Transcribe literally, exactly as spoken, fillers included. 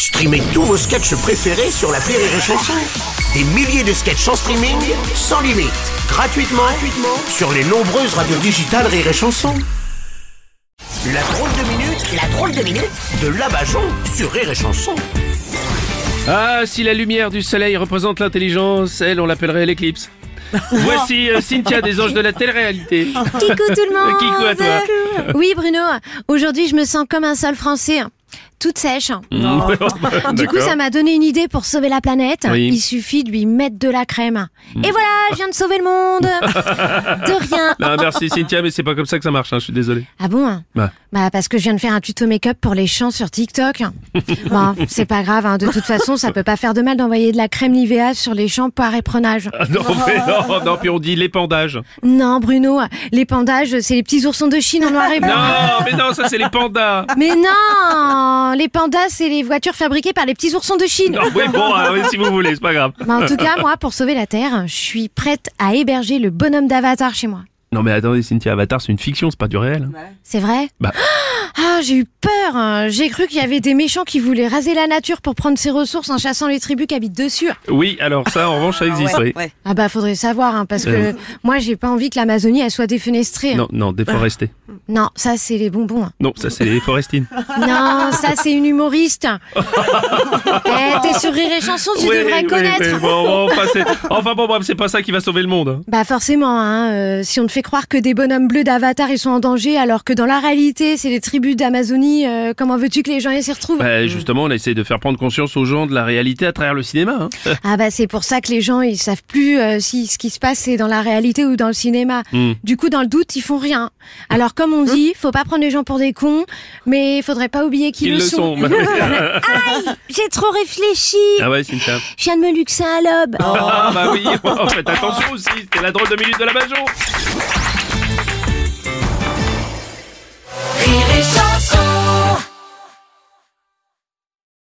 Streamez tous vos sketchs préférés sur l'appli Rire et Chanson. Des milliers de sketchs en streaming, sans limite, gratuitement, gratuitement sur les nombreuses radios digitales Rire et Chanson. La drôle de minute, la drôle de minute de Labajon sur Rire et Chanson. Ah, si la lumière du soleil représente l'intelligence, elle, on l'appellerait l'éclipse. Voici euh, Cynthia des Anges de la télé-réalité. Kikou tout le monde. Kikou à toi. Oui Bruno, aujourd'hui je me sens comme un sol français, toute sèche. Mmh. Du coup ça m'a donné une idée pour sauver la planète. Oui. Il suffit de lui mettre de la crème. Et voilà, je viens de sauver le monde. De rien. Non, merci Cynthia, mais c'est pas comme ça que ça marche, hein, je suis désolé. Ah bon? Bah. Bah parce que je viens de faire un tuto make-up pour les chants sur TikTok. Bon, c'est pas grave, hein. De toute façon ça peut pas faire de mal d'envoyer de la crème Nivea sur les champs par éprenage. Ah, non, mais non, non, puis on dit l'épandage. Non Bruno, l'épandage c'est les petits oursons de Chine en noir et blanc. Non, mais non, ça c'est les pandas. Mais non, les pandas c'est les voitures fabriquées par les petits oursons de Chine. Non, oui, bon, euh, oui, si vous voulez, c'est pas grave. Mais en tout cas, moi, pour sauver la Terre, je suis prête à héberger le bonhomme d'Avatar chez moi. Non, mais attendez, Cynthia, Avatar, c'est une fiction, c'est pas du réel. C'est vrai? Bah. Ah, j'ai eu peur. Hein. J'ai cru qu'il y avait des méchants qui voulaient raser la nature pour prendre ses ressources en chassant les tribus qui habitent dessus. Oui, alors ça, en revanche, ça existe, oui. Ah bah, faudrait savoir, hein, parce que Euh. moi, j'ai pas envie que l'Amazonie, elle soit défenestrée. hein. Non, non, déforesté. Non, ça, c'est les bonbons. hein. Non, ça c'est les forestines. Non, ça, c'est une humoriste. Eh, t'es sur Rire et Chanson, tu Oui, devrais oui, connaître. oui, bon, bon, enfin, c'est- enfin bon, bref, c'est pas ça qui va sauver le monde. hein. Bah forcément, hein, euh, si on te fait croire que des bonhommes bleus d'Avatar ils sont en danger alors que dans la réalité c'est les tribus d'Amazonie, euh, comment veux-tu que les gens y s'y retrouvent? Bah, justement, on essaie de faire prendre conscience aux gens de la réalité à travers le cinéma. Hein. Ah bah c'est pour ça que les gens ils savent plus euh, si ce qui se passe c'est dans la réalité ou dans le cinéma. Mm. Du coup dans le doute ils font rien. Alors comme on dit, faut pas prendre les gens pour des cons, mais faudrait pas oublier qu'ils Ils le le sont. sont. Bah, oui. Aïe, j'ai trop réfléchi. Ah ouais, Cynthia. Je viens de me luxer un lobe. Ah bah oui, faites attention aussi, c'est la drôle de minute de Labajon.